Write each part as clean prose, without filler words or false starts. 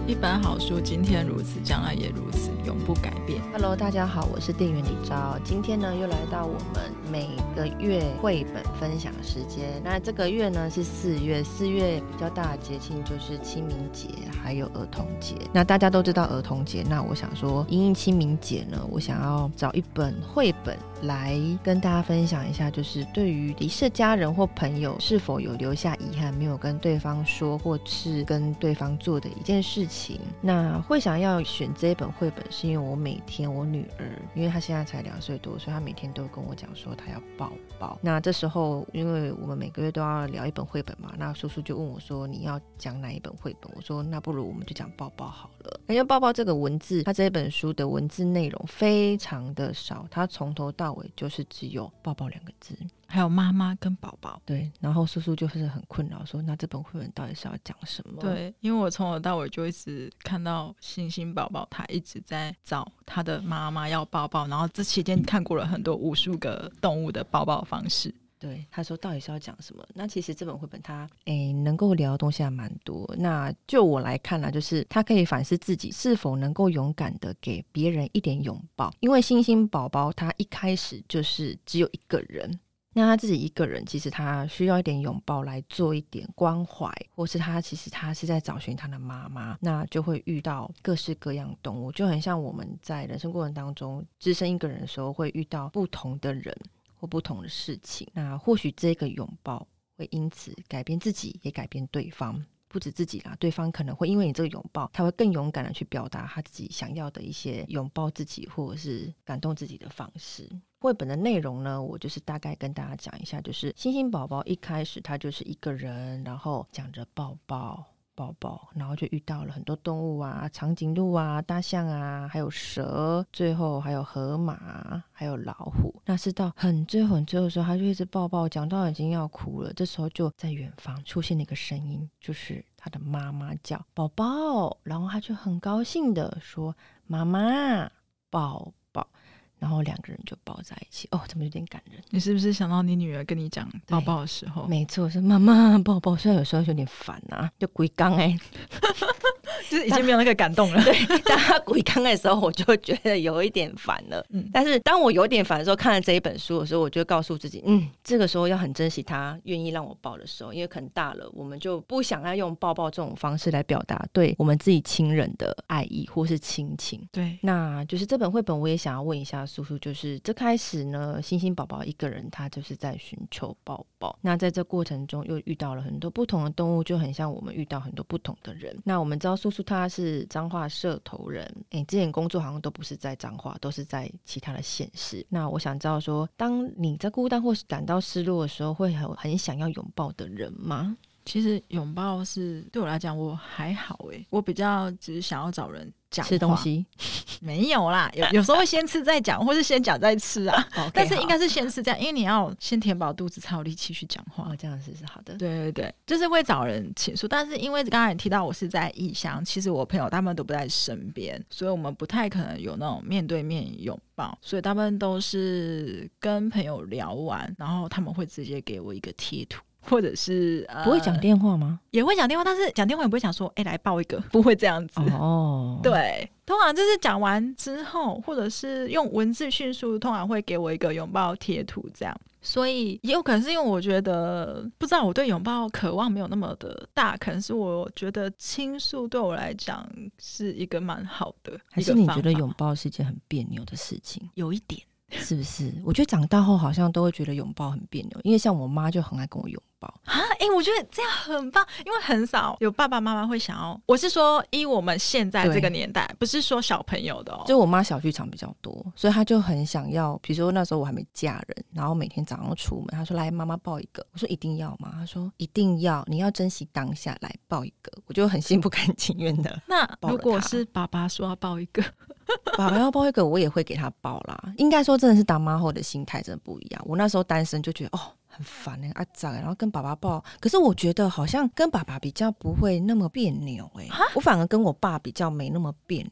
一本好书今天如此，将来也如此，永不改变。 Hello， 大家好，我是店员李昭。今天呢又来到我们每个月绘本分享时间。那这个月呢是4月比较大的节庆就是清明节还有儿童节。那大家都知道儿童节，那我想说因应清明节呢，我想要找一本绘本来跟大家分享一下，就是对于离世家人或朋友是否有留下遗憾，没有跟对方说或是跟对方做的一件事情。那会想要选这一本绘本是因为我每天我女儿，因为她现在才2岁多，所以她每天都跟我讲说她要抱抱。那这时候因为我们每个月都要聊一本绘本嘛，那叔叔就问我说你要讲哪一本绘本，我说那不如我们就讲抱抱好了。因为抱抱这个文字，它这本书的文字内容非常的少，它从头到尾就是只有抱抱2个字， 还有妈妈跟宝宝。 对，然后叔叔就是很困扰说那这本绘本到底是要讲什么。 对，因为我从头到尾就一直看到星星宝宝他一直在找他的妈妈要抱抱，然后这期间看过了很多无数个动物的抱抱方式。 对，他说到底是要讲什么。那其实这本绘本它能够聊的东西还蛮多。那就我来看啦，就是他可以反思自己是否能够勇敢的给别人一点拥抱。因为星星宝宝他一开始就是只有一个人，那他自己一个人其实他需要一点拥抱来做一点关怀，或是其实他是在找寻他的妈妈，那就会遇到各式各样动物，就很像我们在人生过程当中只身一个人的时候会遇到不同的人或不同的事情。那或许这个拥抱会因此改变自己也改变对方，不止自己啦，对方可能会因为你这个拥抱他会更勇敢的去表达他自己想要的一些拥抱自己或者是感动自己的方式。绘本的内容呢，我就是大概跟大家讲一下，就是星星宝宝一开始他就是一个人，然后讲着抱抱抱抱，然后就遇到了很多动物啊，长颈鹿啊，大象啊，还有蛇，最后还有河马，还有老虎。那是到很最后的时候，他就一直抱抱，讲到已经要哭了。这时候就在远方出现了一个声音，就是他的妈妈叫宝宝，然后他就很高兴的说妈妈抱抱，然后2个人就抱在一起。怎么有点感人。 你是不是想到你女儿跟你讲抱抱的时候？ 没错，是妈妈抱抱。虽然有时候有点烦啊，就鬼刚就是已经没有那个感动了。 对，当他鬼刚的时候我就觉得有一点烦了。但是当我有点烦的时候，看了这一本书的时候，我就告诉自己这个时候要很珍惜他愿意让我抱的时候，因为可能大了我们就不想要用抱抱这种方式来表达对我们自己亲人的爱意或是亲情。 对， 那就是这本绘本我也想要问一下叔叔，就是这开始呢星星宝宝一个人他就是在寻求抱抱，那在这过程中又遇到了很多不同的动物，就很像我们遇到很多不同的人。那我们知道叔叔他是彰化社头人，之前工作好像都不是在彰化，都是在其他的县市。那我想知道说，当你在孤单或是感到失落的时候，会有很想要拥抱的人吗？ 其实拥抱是对我来讲我还好我比较只是想要找人讲话。 吃东西没有啦，有时候会先吃再讲，或是先讲再吃啊。 okay, 但是应该是先吃这样，因为你要先填饱肚子才有力气去讲话。 这样是好的。 对对对，就是会找人倾诉。但是因为刚才你提到我是在异乡，其实我朋友他们都不在身边，所以我们不太可能有那种面对面拥抱，所以他们都是跟朋友聊完，然后他们会直接给我一个贴图，或者是不会讲电话吗？ 也会讲电话，但是讲电话也不会讲说来抱一个，不会这样子。对，通常就是讲完之后，或者是用文字叙述，通常会给我一个拥抱贴图这样。所以也有可能是因为我觉得不知道我对拥抱渴望没有那么的大，可能是我觉得倾诉对我来讲是一个蛮好的一个方法。 还是你觉得拥抱是一件很别扭的事情？ 有一点， 是不是？我觉得长大后好像都会觉得拥抱很别扭，因为像我妈就很爱跟我拥抱啊。我觉得这样很棒，因为很少有爸爸妈妈会想要，我是说依我们现在这个年代，不是说小朋友的就我妈小剧场比较多，所以她就很想要，比如说那时候我还没嫁人，然后每天早上出门，她说来妈妈抱一个，我说一定要吗？她说一定要，你要珍惜当下，来抱一个。我就很心不甘情愿的。 那如果是爸爸说要抱一个爸爸要抱一个，我也会给他抱啦。应该说真的是当妈后的心态真的不一样。我那时候单身就觉得很烦然后跟爸爸抱，可是我觉得好像跟爸爸比较不会那么别扭我反而跟我爸比较没那么别扭。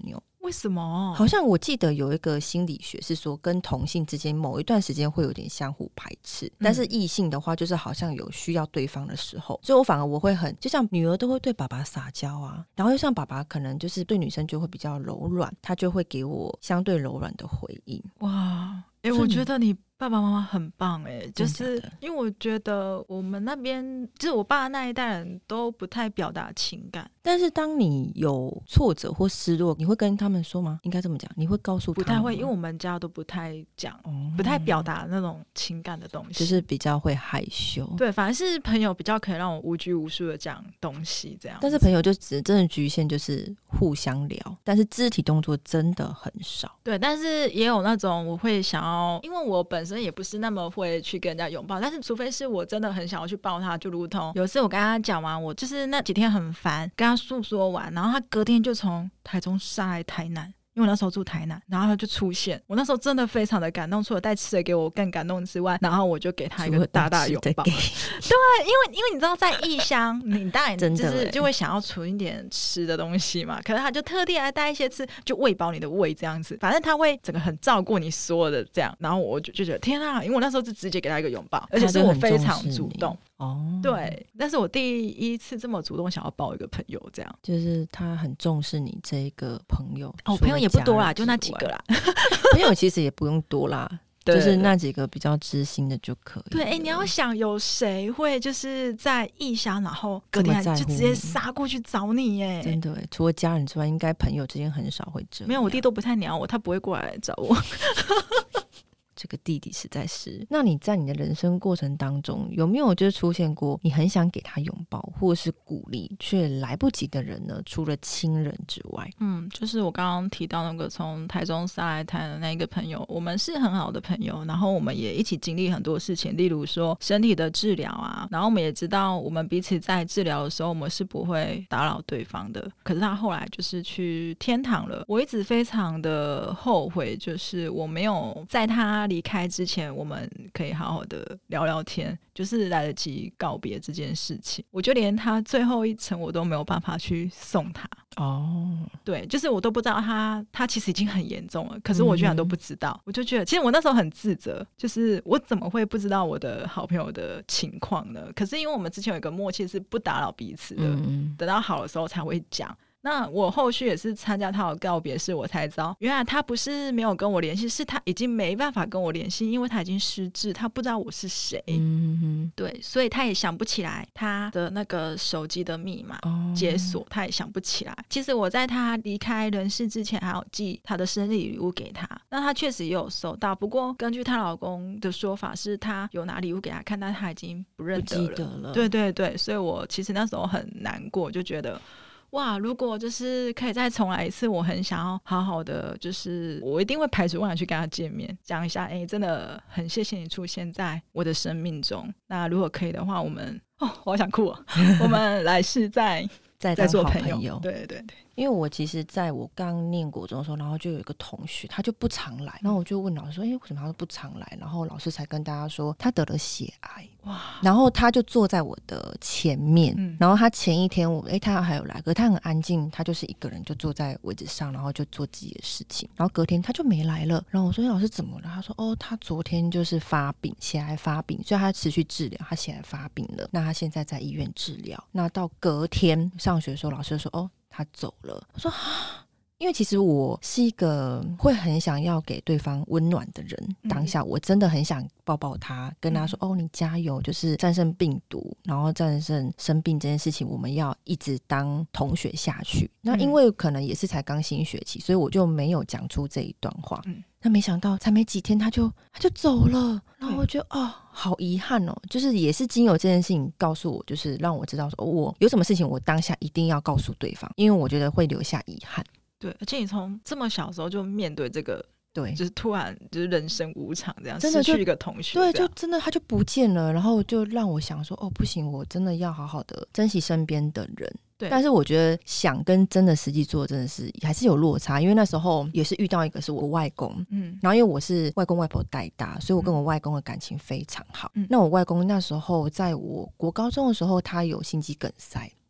为什么？ 好像我记得有一个心理学是说跟同性之间某一段时间会有点相互排斥，但是异性的话就是好像有需要对方的时候，所以我反而我会很就像女儿都会对爸爸撒娇啊，然后又像爸爸可能就是对女生就会比较柔软，他就会给我相对柔软的回应。 哇，我觉得你爸爸妈妈很棒就是因为我觉得我们那边就是我爸那一代人都不太表达情感。 但是当你有挫折或失落，你会跟他们说吗？应该这么讲，你会告诉他们吗？ 不太会，因为我们家都不太讲，不太表达那种情感的东西， 就是比较会害羞。 对，反而是朋友比较可以让我无拘无束的讲东西这样。 但是朋友就只真的局限就是互相聊，但是肢体动作真的很少。 对，但是也有那种我会想要，因为我本身也不是那么会去跟人家拥抱，但是除非是我真的很想要去抱他，就如同有一次我跟他讲完，我就是那几天很烦，跟他诉说完，然后他隔天就从台中杀来台南，因为我那时候住台南，然后他就出现，我那时候真的非常的感动，除了带吃的给我更感动之外，然后我就给他一个大大拥抱。对，因为你知道在异乡，你当然就是就会想要存一点吃的东西嘛，可是他就特地来带一些吃，就喂饱你的胃这样子，反正他会整个很照顾你所有的这样，然后我就觉得天啊，因为我那时候就直接给他一个拥抱，而且是我非常主动。对，但是我第一次这么主动想要抱一个朋友，这样就是他很重视你这一个朋友。 朋友也不多啦，就那几个啦。 朋友其实也不用多啦。就是那几个比较知心的就可以。 对，你要想有谁会就是在异乡，然后隔天就直接杀过去找你耶？ 真的耶，除了家人之外，应该朋友之间很少会这样。 没有，我弟都不太鸟我，他不会过来找我。 这个弟弟实在是。那你在你的人生过程当中，有没有就是出现过你很想给他拥抱或是鼓励却来不及的人呢？除了亲人之外， 就是我刚刚提到那个从台中杀来台的那一个朋友，我们是很好的朋友，然后我们也一起经历很多事情，例如说身体的治疗啊，然后我们也知道我们彼此在治疗的时候，我们是不会打扰对方的。可是他后来就是去天堂了，我一直非常的后悔，就是我没有在他离开之前，我们可以好好的聊聊天，就是来得及告别这件事情。我就连他最后一程我都没有办法去送他。对，就是我都不知道他其实已经很严重了，可是我居然都不知道。我就觉得其实我那时候很自责，就是我怎么会不知道我的好朋友的情况呢？可是因为我们之前有一个默契是不打扰彼此的，等到好的时候才会讲。那我后续也是参加他的告别式，我才知道原来他不是没有跟我联系，是他已经没办法跟我联系，因为他已经失智，他不知道我是谁。对，所以他也想不起来他的那个手机的密码解锁，他也想不起来。其实我在他离开人世之前还有寄他的生日礼物给他，那他确实也有收到，不过根据她老公的说法是他有拿礼物给他看，但他已经不认得了，不记得了。对对对，所以我其实那时候很难过，就觉得哇，如果就是可以再重来一次，我很想要好好的，就是我一定会排除万难去跟他见面，讲一下真的很谢谢你出现在我的生命中。那如果可以的话，我们我好想哭我们来世再做朋友。对对对， 因为我其实在我刚念国中的时候，然后就有一个同学他就不常来，然后我就问老师说为什么他不常来，然后老师才跟大家说他得了血癌。哇！然后他就坐在我的前面，然后他前一天他还有来，可是他很安静，他就是一个人就坐在位置上，然后就做自己的事情，然后隔天他就没来了。然后我说老师怎么了？他说他昨天就是发病，血癌发病，所以他持续治疗，他血癌发病了，那他现在在医院治疗，那到隔天上学的时候，老师就说他走了。我说因为其实我是一个会很想要给对方温暖的人，当下我真的很想抱抱他，跟他说你加油，就是战胜病毒，然后战胜生病这件事情，我们要一直当同学下去。那因为可能也是才刚新学期，所以我就没有讲出这一段话。那没想到才没几天他就走了，然后我觉得好遗憾就是也是经由这件事情告诉我，就是让我知道说我有什么事情我当下一定要告诉对方，因为我觉得会留下遗憾。 对，而且你从这么小的时候就面对这个， 对， 就是突然就是人生无常这样， 真的失去一个同学， 对，就真的他就不见了，然后就让我想说不行，我真的要好好的珍惜身边的人。对，但是我觉得想跟真的实际做真的是还是有落差，因为那时候也是遇到一个是我外公，然后因为我是外公外婆带大，所以我跟我外公的感情非常好。那我外公那时候在我国高中的时候，他有心肌梗塞。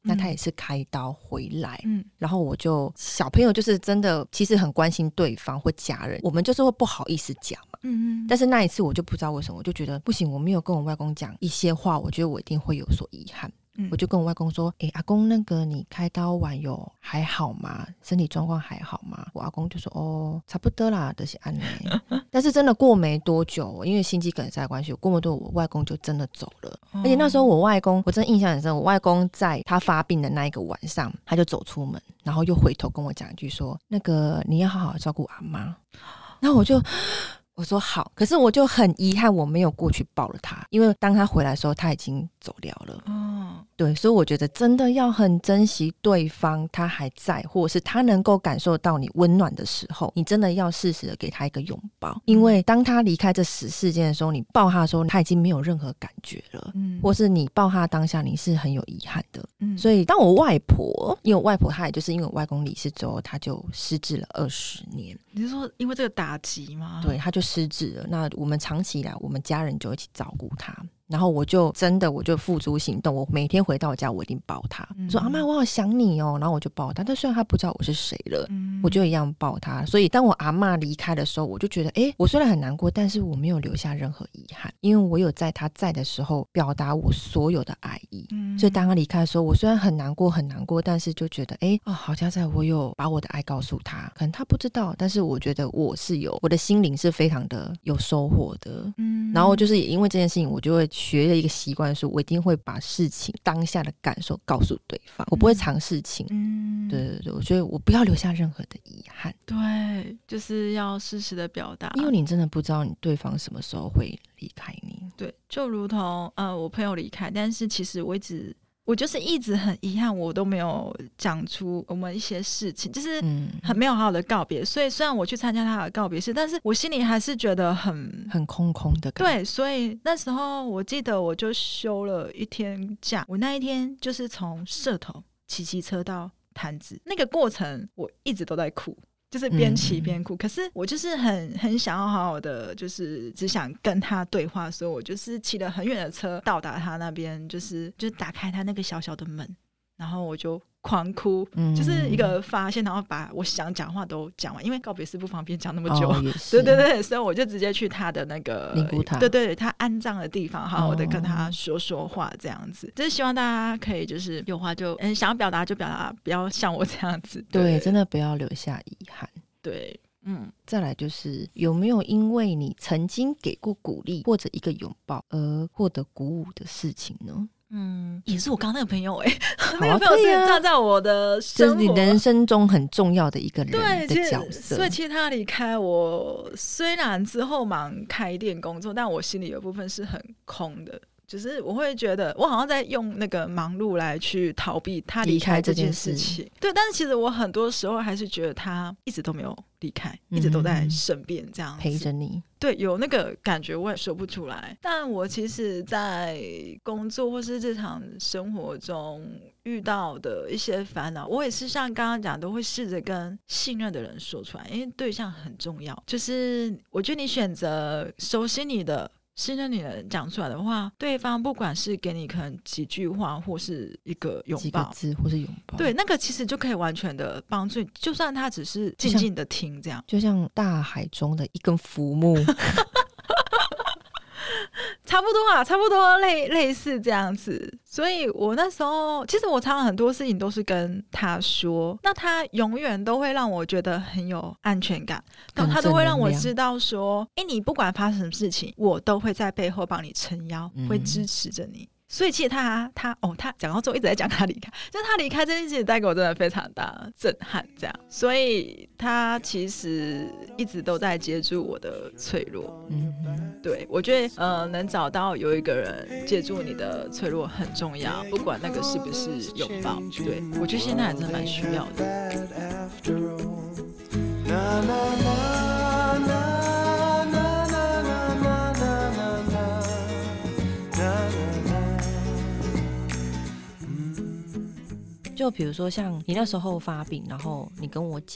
那他也是开刀回来，然后我就小朋友就是真的其实很关心对方或家人，我们就是会不好意思讲嘛，但是那一次我就不知道为什么，我就觉得不行，我没有跟我外公讲一些话，我觉得我一定会有所遗憾。我就跟我外公说阿公，那个你开刀完有还好吗？身体状况还好吗？我阿公就说差不多啦，就是这样但是真的过没多久，因为心肌梗塞的关系，过没多久我外公就真的走了，而且那时候我外公我真的印象很深，我外公在他发病的那一个晚上他就走出门，然后又回头跟我讲一句说，那个你要好好照顾阿妈。然后我说好，可是我就很遗憾我没有过去抱了他，因为当他回来的时候他已经走了了。对，所以我觉得真的要很珍惜对方他还在，或者是他能够感受到你温暖的时候，你真的要适时的给他一个拥抱，因为当他离开这世间的时候，你抱他的时候他已经没有任何感觉了，或是你抱他当下你是很有遗憾的。所以当我外婆，因为我外婆她也就是因为我外公离世之后她就失智了20年。 你是说因为这个打击吗？ 对，她就失智了，那我们长期以来我们家人就一起照顾她，然后我就付诸行动，我每天回到家我一定抱她，说阿嬷我好想你哦，然后我就抱她，但虽然她不知道我是谁了，我就一样抱她。所以当我阿嬷离开的时候，我就觉得我虽然很难过，但是我没有留下任何遗憾，因为我有在她在的时候表达我所有的爱意。所以当她离开的时候，我虽然很难过，但是就觉得好家在我有把我的爱告诉她，可能她不知道，但是我觉得我的心灵是非常的有收获的。然后就是也因为这件事情，我就会学了一个习惯，说我一定会把事情当下的感受告诉对方，我不会藏事情。对，我觉得我不要留下任何的遗憾。 对，就是要适时的表达， 因为你真的不知道你对方什么时候会离开你。 对，就如同我朋友离开，但是其实我就是一直很遗憾，我都没有讲出我们一些事情，就是很没有好好的告别。所以虽然我去参加他的告别式，但是我心里还是觉得很空空的感觉。 对，所以那时候我记得我就休了1天假，我那一天就是从社头骑车到潭子，那个过程我一直都在哭，就是边骑边哭。可是我就是很想要好好的，就是只想跟他对话，所以我就是骑了很远的车到达他那边，就是打开他那个小小的门，然后我就狂哭，就是一个发现，然后把我想讲话都讲完，因为告别式不方便讲那么久。对，所以我就直接去他的那个灵骨塔， 对，他安葬的地方，好好的跟他说话，这样子。就是希望大家可以就是有话就想要表达就表达，不要像我这样子。 对，真的不要留下遗憾。 对， 再来就是有没有因为你曾经给过鼓励或者一个拥抱而获得鼓舞的事情呢？ 也是我刚刚那个朋友那个朋友是站在我的生活， 就是你人生中很重要的一个人的角色。 所以其实他离开我，虽然之后忙开店工作，但我心里有部分是很空的，就是我会觉得我好像在用那个忙碌来去逃避他离开这件事情。对，但是其实我很多时候还是觉得他一直都没有离开，一直都在身边这样子陪着你。 对，有那个感觉我也说不出来，但我其实在工作或是日常生活中遇到的一些烦恼，我也是像刚刚讲都会试着跟信任的人说出来，因为对象很重要。就是我觉得你选择熟悉你的信任你的人讲出来的话，对方不管是给你可能几句话或是一个拥抱， 几个字或是拥抱， 对，那个其实就可以完全的帮助你，就算他只是静静的听这样， 就像大海中的一根浮木差不多类似这样子。所以我那时候其实我常常很多事情都是跟他说，那他永远都会让我觉得很有安全感，他都会让我知道说你不管发生什么事情，我都会在背后帮你撑腰，会支持着你。所以其实他讲到最后一直在讲他离开，就是他离开这件事情带给我真的非常大的震撼这样。所以他其实一直都在接住我的脆弱。对，我觉得能找到有一个人接住你的脆弱很重要，不管那个是不是拥抱。对，我觉得现在还真的蛮需要的。 就比如说像你那时候发病，然后你跟我讲，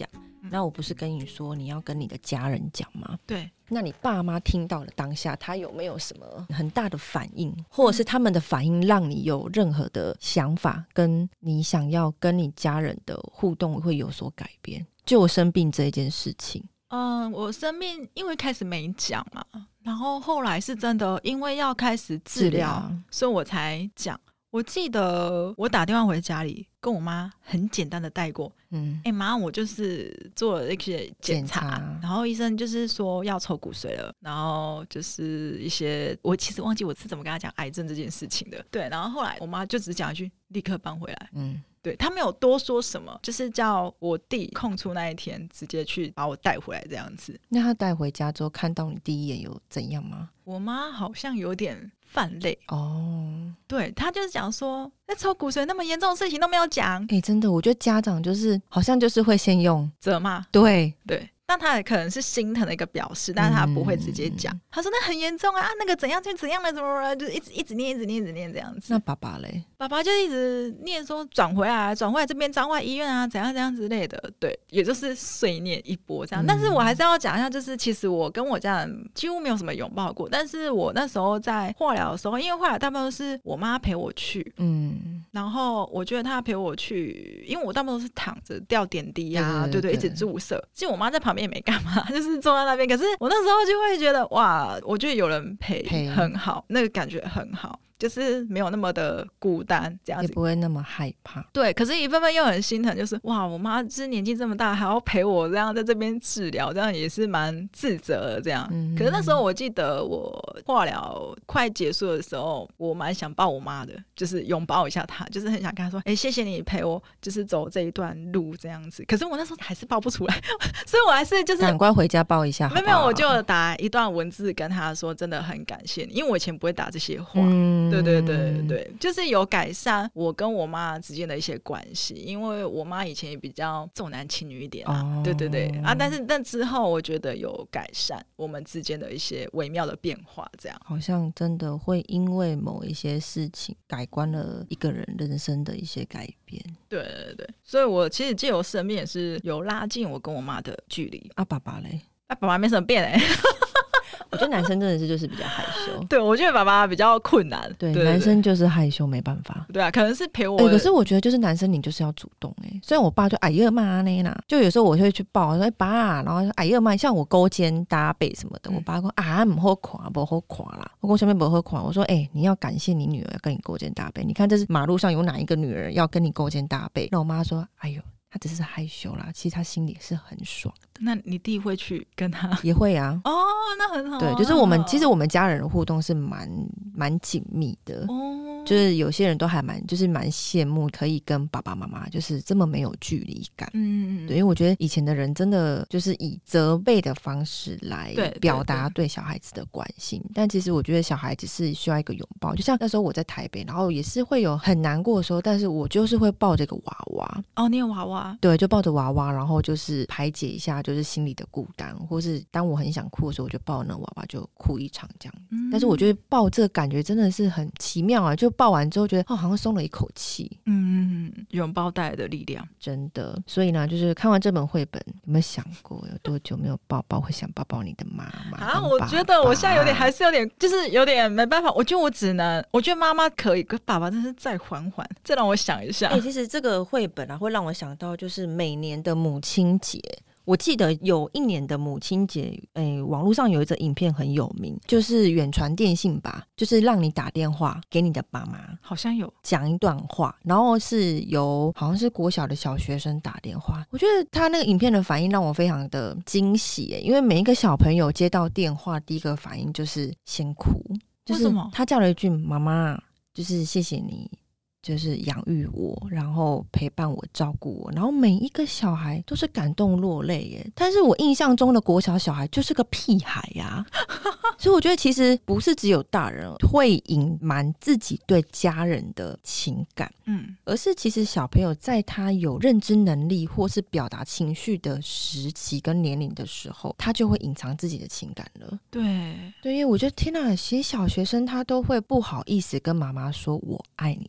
那我不是跟你说你要跟你的家人讲吗？ 对， 那你爸妈听到了当下，他有没有什么很大的反应，或者是他们的反应让你有任何的想法，跟你想要跟你家人的互动会有所改变？就我生病这一件事情。 我生病因为开始没讲嘛，然后后来是真的因为要开始治疗，所以我才讲。我记得我打电话回家里跟我妈很简单的带过，妈，我就是做了一些检查，然后医生就是说要抽骨髓了，然后就是一些我其实忘记我是怎么跟他讲癌症这件事情的，对，然后后来我妈就只讲一句立刻搬回来，对，他没有多说什么，就是叫我弟空出那一天直接去把我带回来这样子。 那他带回家之后看到你第一眼有怎样吗？ 我妈好像有点泛泪对，他就是讲说那抽骨髓那么严重的事情都没有讲。 真的我觉得家长就是好像就是会先用责骂， 对， 但他也可能是心疼的一个表示，但是他不会直接讲，他说那很严重啊，那个怎样就怎样了，怎么就一直念这样子。 那爸爸嘞？ 爸爸就一直念说转回来这边彰化医院啊，怎样之类的，对，也就是碎念一波这样。但是我还是要讲一下，就是其实我跟我家人几乎没有什么拥抱过，但是我那时候在化疗的时候，因为化疗大部分都是我妈陪我去，然后我觉得她陪我去，因为我大部分都是躺着吊点滴啊，对，一直注射，其实我妈在旁边也没干嘛，就是坐在那边，可是我那时候就会觉得哇，我觉得有人陪很好，那个感觉很好，就是没有那么的孤单，这样子也不会那么害怕。 对，可是一份份又很心疼，就是哇，我妈就是年纪这么大还要陪我这样在这边治疗，这样也是蛮自责的这样。可是那时候我记得我化疗快结束的时候，我蛮想抱我妈的，就是拥抱一下她，就是很想跟她说谢谢你陪我就是走这一段路这样子。可是我那时候还是抱不出来所以我还是就是赶快回家抱一下好不好？ 没有，我就打一段文字跟她说真的很感谢你，因为我以前不会打这些话。对，就是有改善我跟我妈之间的一些关系，因为我妈以前也比较重男轻女一点啊，对啊，但之后我觉得有改善我们之间的一些微妙的变化，这样好像真的会因为某一些事情改观了一个人人生的一些改变。 对，所以我其实借由生病也是有拉近我跟我妈的距离。 爸爸嘞？ 爸爸没什么变我觉得男生真的是就是比较害羞对，我觉得爸爸比较困难。对， 男生就是害羞没办法。 对啊，可能是陪我可是我觉得就是男生你就是要主动虽然我爸就哎呀妈呢啦，就有时候我会去抱说爸，然后说哎呀妈，像我勾肩搭背什么的，我爸说不好看不好看啦，我说下面不好看，我说你要感谢你女儿要跟你勾肩搭背，你看这是马路上有哪一个女儿要跟你勾肩搭背？那我妈说哎呦他只是害羞啦，其实他心里是很爽的。 那你弟会去跟他？ 也会啊。 那很好。 对，就是其实我们家人的互动是蛮紧密的。就是有些人都还蛮羡慕可以跟爸爸妈妈就是这么没有距离感。对，因为我觉得以前的人真的就是以责备的方式来表达对小孩子的关心，但其实我觉得小孩子是需要一个拥抱。就像那时候我在台北，然后也是会有很难过的时候，但是我就是会抱着一个娃娃。 你有娃娃？ 对，就抱着娃娃，然后就是排解一下就是心里的孤单，或是当我很想哭的时候，我就抱那个娃娃就哭一场这样。但是我觉得抱这个感觉真的是很奇妙啊，就抱完之后觉得好像松了一口气。 拥抱带来的力量真的。所以呢，就是看完这本绘本，有没有想过有多久没有抱抱会想抱抱你的妈妈？ 我觉得我现在还是有点就是有点没办法。我觉得妈妈可以，跟爸爸真是再缓缓。再让我想一下。 其实这个绘本会让我想到就是每年的母亲节。我记得有一年的母亲节，网络上有一则影片很有名，就是远传电信吧，就是让你打电话给你的爸妈， 好像有讲一段话，然后是由好像是国小的小学生打电话。我觉得他那个影片的反应让我非常的惊喜因为每一个小朋友接到电话第一个反应就是先哭。就是他叫了一句妈妈，就是谢谢你就是养育我，然后陪伴我照顾我，然后每一个小孩都是感动落泪但是我印象中的国小小孩就是个屁孩所以我觉得其实不是只有大人会隐瞒自己对家人的情感，而是其实小朋友在他有认知能力或是表达情绪的时期跟年龄的时候，他就会隐藏自己的情感了。对，因为我觉得天哪，其实小学生他都会不好意思跟妈妈说我爱你这3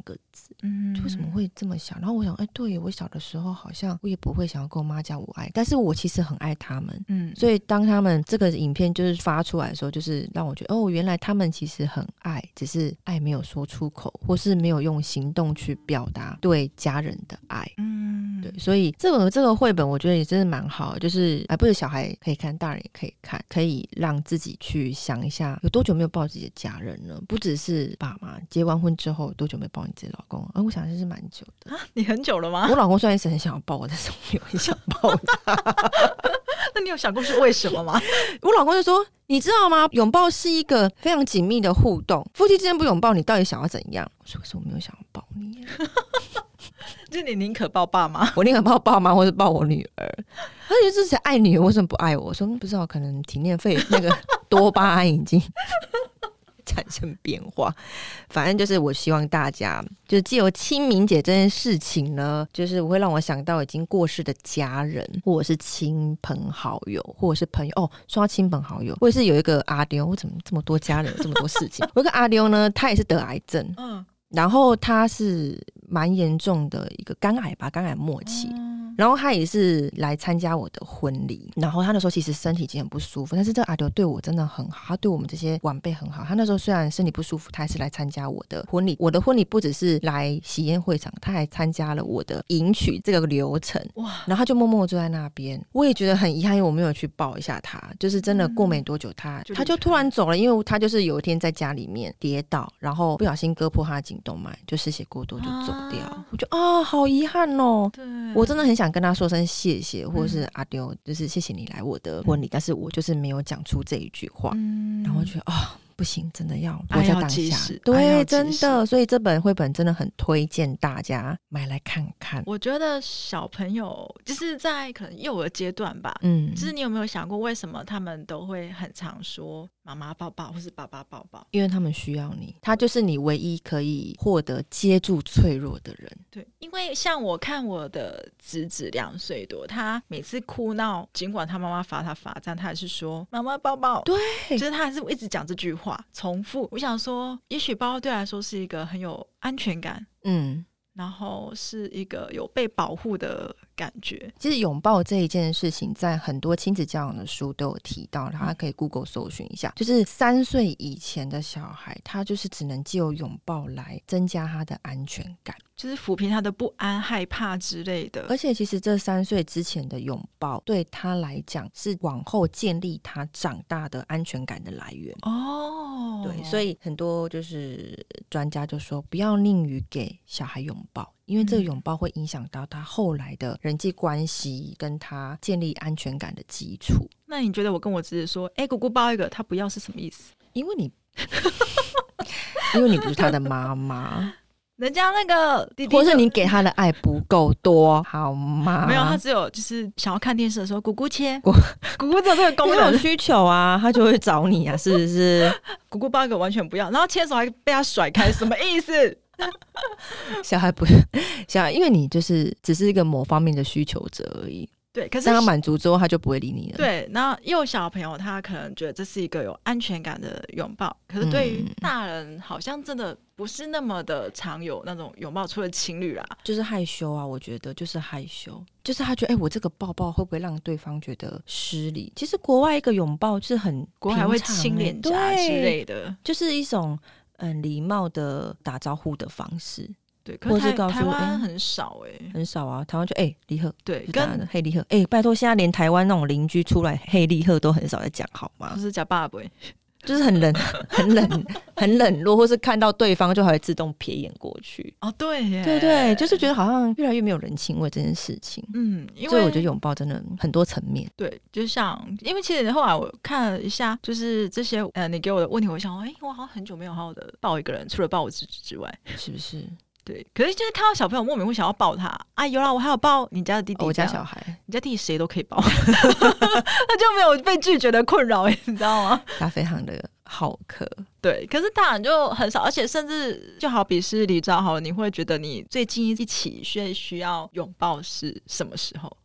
个字，就为什么会这么小？然后我想，对，我小的时候好像我也不会想要跟我妈讲我爱，但是我其实很爱他们，所以当他们这个影片就是发出来的时候，就是让我觉得原来他们其实很爱，只是爱没有说出口，或是没有用行动去表达对家人的爱。对，所以这个绘本我觉得也真的蛮好的，就是不是小孩可以看，大人也可以看，可以让自己去想一下，有多久没有抱自己的家人呢？不只是爸妈，结完婚之后多久没抱你自己老公？我想这是蛮久的。 你很久了吗？ 我老公虽然一直很想要抱我，但是我没有很想抱他。 那你有想过是为什么吗？ 我老公就说，你知道吗？拥抱是一个非常紧密的互动，夫妻之间不拥抱，你到底想要怎样？我说可是我没有想要抱你。 就你宁可抱爸妈？ 我宁可抱爸妈或是抱我女儿。他觉得这是爱女儿，为什么不爱我？我说不知道，可能体内费那个多巴胺已经产生变化。反正就是我希望大家就是藉由清明节这件事情呢，就是我会让我想到已经过世的家人，或者是亲朋好友，或者是朋友。说到亲朋好友，我也是有一个阿丢，我怎么这么多家人，有这么多事情？我有一个阿丢呢，他也是得癌症，然后他是蛮严重的一个肝癌吧，肝癌末期。然后他也是来参加我的婚礼，然后他那时候其实身体已经很不舒服，但是这个阿丢对我真的很好，他对我们这些晚辈很好。他那时候虽然身体不舒服，他还是来参加我的婚礼。我的婚礼不只是来喜宴会场，他还参加了我的迎娶这个流程。哇！然后他就默默坐在那边，我也觉得很遗憾，因为我没有去抱一下他。就是真的过没多久他就突然走了，因为他就是有一天在家里面跌倒，然后不小心割破他的颈动脉，就失血过多就走掉。我觉得好遗憾哦。对，我真的很想跟他说声谢谢，或者是阿丢，就是谢谢你来我的婚礼，但是我就是没有讲出这一句话。然后觉得不行，真的要活在当下。对，真的，所以这本绘本真的很推荐大家买来看看。 我觉得小朋友就是在可能幼儿阶段吧，就是你有没有想过为什么他们都会很常说妈妈抱抱或是爸爸抱抱？ 因为他们需要你，他就是你唯一可以获得接住脆弱的人。 对，因为像我看我的侄子2岁多，他每次哭闹，尽管他妈妈罚他罚站，他还是说妈妈抱抱。 对， 就是他还是一直讲这句话重复。我想说也许抱抱对来说是一个很有安全感，然后是一个有被保护的感觉。 其实拥抱这一件事情在很多亲子教养的书都有提到，大家可以 Google 搜寻一下，就是3岁以前的小孩，他就是只能藉由拥抱来增加他的安全感， 就是抚平他的不安害怕之类的。 而且其实这3岁之前的拥抱对他来讲是往后建立他长大的安全感的来源。对，所以很多就是专家就说不要宁于给小孩拥抱，因为这个拥抱会影响到他后来的人际关系跟他建立安全感的基础。 那你觉得我跟我侄子说姑姑抱一个，他不要是什么意思？ 因为你不是他的妈妈人家那个弟弟， 或是你给他的爱不够多好吗？ 没有，他只有就是想要看电视的时候，姑姑切，姑姑只有这个功能， 有需求啊，他就会找你啊，是不是？ 姑姑抱一个完全不要，然后牵手还被他甩开，什么意思？ 小孩因为你就是只是一个某方面的需求者而已。 对，可是当他满足之后，他就不会理你了。 对，然后幼小朋友他可能觉得这是一个有安全感的拥抱，可是对于大人好像真的不是那么的常有那种拥抱，除了情侣啦， 就是害羞啊。我觉得就是害羞，就是他觉得我这个抱抱会不会让对方觉得失礼？其实国外一个拥抱是很国外还会亲脸颊之类的， 就是一种礼貌的打招呼的方式。 对，可是台湾很少很少啊。台湾就李贺， 对， 跟嘿李贺，拜托，现在连台湾那种邻居出来嘿李贺都很少在讲好吗？ 就是讲爸爸， 就是很冷落，或是看到对方就还会自动瞥眼过去。 对耶， 对对，就是觉得好像越来越没有人情味这件事情。因为所以我觉得拥抱真的很多层面。 对，就像因为其实后来我看了一下，就是这些你给我的问题，我想我好像很久没有好好的抱一个人，除了抱我侄子之外， 是不是？ 对，可是就是看到小朋友莫名会想要抱他有啦，我还有抱你家的弟弟， 我家小孩， 你家弟弟谁都可以抱，他就没有被拒绝的困扰，你知道吗？ 他非常的好客。 对，可是大人就很少，而且甚至就好比是李昭好了，你会觉得你最近一起需要拥抱是什么时候？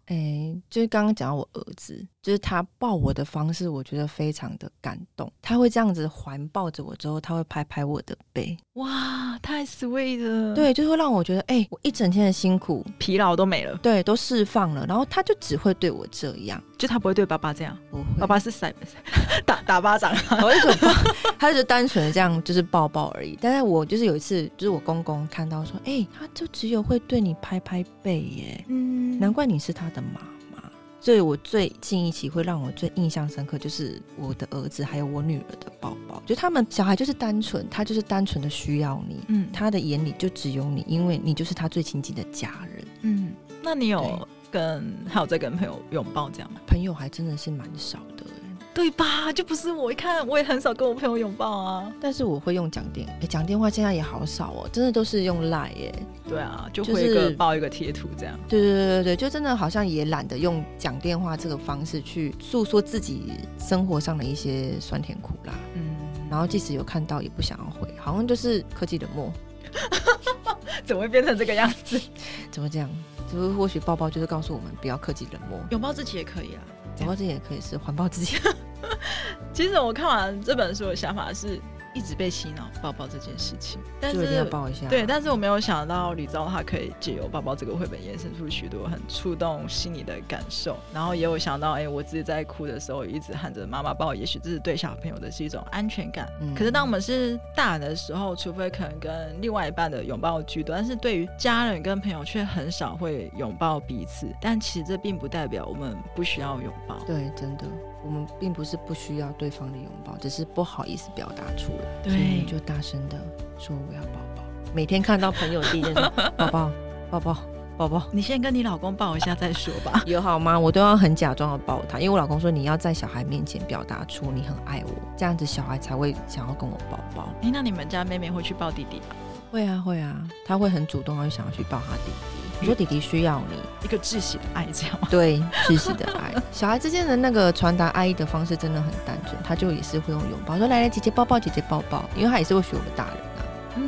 就是刚刚讲到我儿子，就是他抱我的方式我觉得非常的感动，他会这样子环抱着我之后，他会拍拍我的背， 哇，太 sweet 了。 对，就会让我觉得我一整天的辛苦疲劳都没了， 对，都释放了，然后他就只会对我这样， 就他不会对爸爸这样， 不会， 爸爸是打巴掌他就单纯的这样就是抱抱而已。但是我就是有一次就是我公公看到说他就只有会对你拍拍背耶，难怪你是他的妈妈。所以我最近一期会让我最印象深刻就是我的儿子还有我女儿的抱抱，就他们小孩就是单纯，他就是单纯的需要你，他的眼里就只有你，因为你就是他最亲近的家人。 那你有还有在跟朋友拥抱这样吗？ 朋友还真的是蛮少的， 对吧？就不是我一看我也很少跟我朋友拥抱啊， 但是我会用讲电话，现在也好少哦，真的都是用 LINE 耶。 对啊，就会一个抱一个贴图这样。 对，就真的好像也懒得用讲电话这个方式去诉说自己生活上的一些酸甜苦辣。然后即使有看到也不想要回，好像就是科技冷漠。 怎么会变成这个样子？ 怎么这样？就是或许抱抱就是告诉我们不要科技冷漠， 拥抱自己也可以啊， 拥抱自己也可以是环抱自己。 其实我看完这本书的想法是一直被洗脑抱抱这件事情，但是就一定要抱一下。 对，但是我没有想到李昭他可以借由抱抱这个绘本延伸出许多很触动心里的感受，然后也有想到我自己在哭的时候一直喊着妈妈抱，也许这是对小朋友的是一种安全感。可是当我们是大人的时候，除非可能跟另外一半的拥抱居多，但是对于家人跟朋友却很少会拥抱彼此，但其实这并不代表我们不需要拥抱。 对，真的我们并不是不需要对方的拥抱，只是不好意思表达出来， 对， 所以你就大声的说我要抱抱。每天看到朋友第一件事抱抱抱抱抱抱。 你先跟你老公抱一下再说吧。 有好吗？我都要很假装的抱他，因为我老公说你要在小孩面前表达出你很爱我，这样子小孩才会想要跟我抱抱。 那你们家妹妹会去抱弟弟吗？ 会啊，他会很主动的想要去抱他弟弟。我说弟弟需要你， 一个窒息的爱，这样吗？ 对，窒息的爱。小孩之间的那个传达爱意的方式真的很单纯，他就也是会用拥抱，说来姐姐抱抱，姐姐抱抱，因为他也是会学我们大人啊。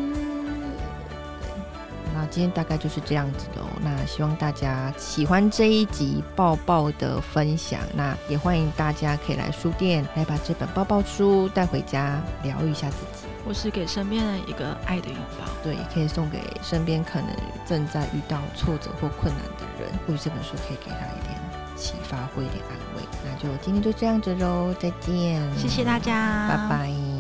那今天大概就是这样子的哦。那希望大家喜欢这一集抱抱的分享，那也欢迎大家可以来书店来把这本抱抱书带回家疗愈一下自己， 或是给身边人一个爱的拥抱。 对，也可以送给身边可能正在遇到挫折或困难的人，或许这本书可以给他一点启发或一点安慰。那就今天就这样子咯，再见， 谢谢大家， 拜拜。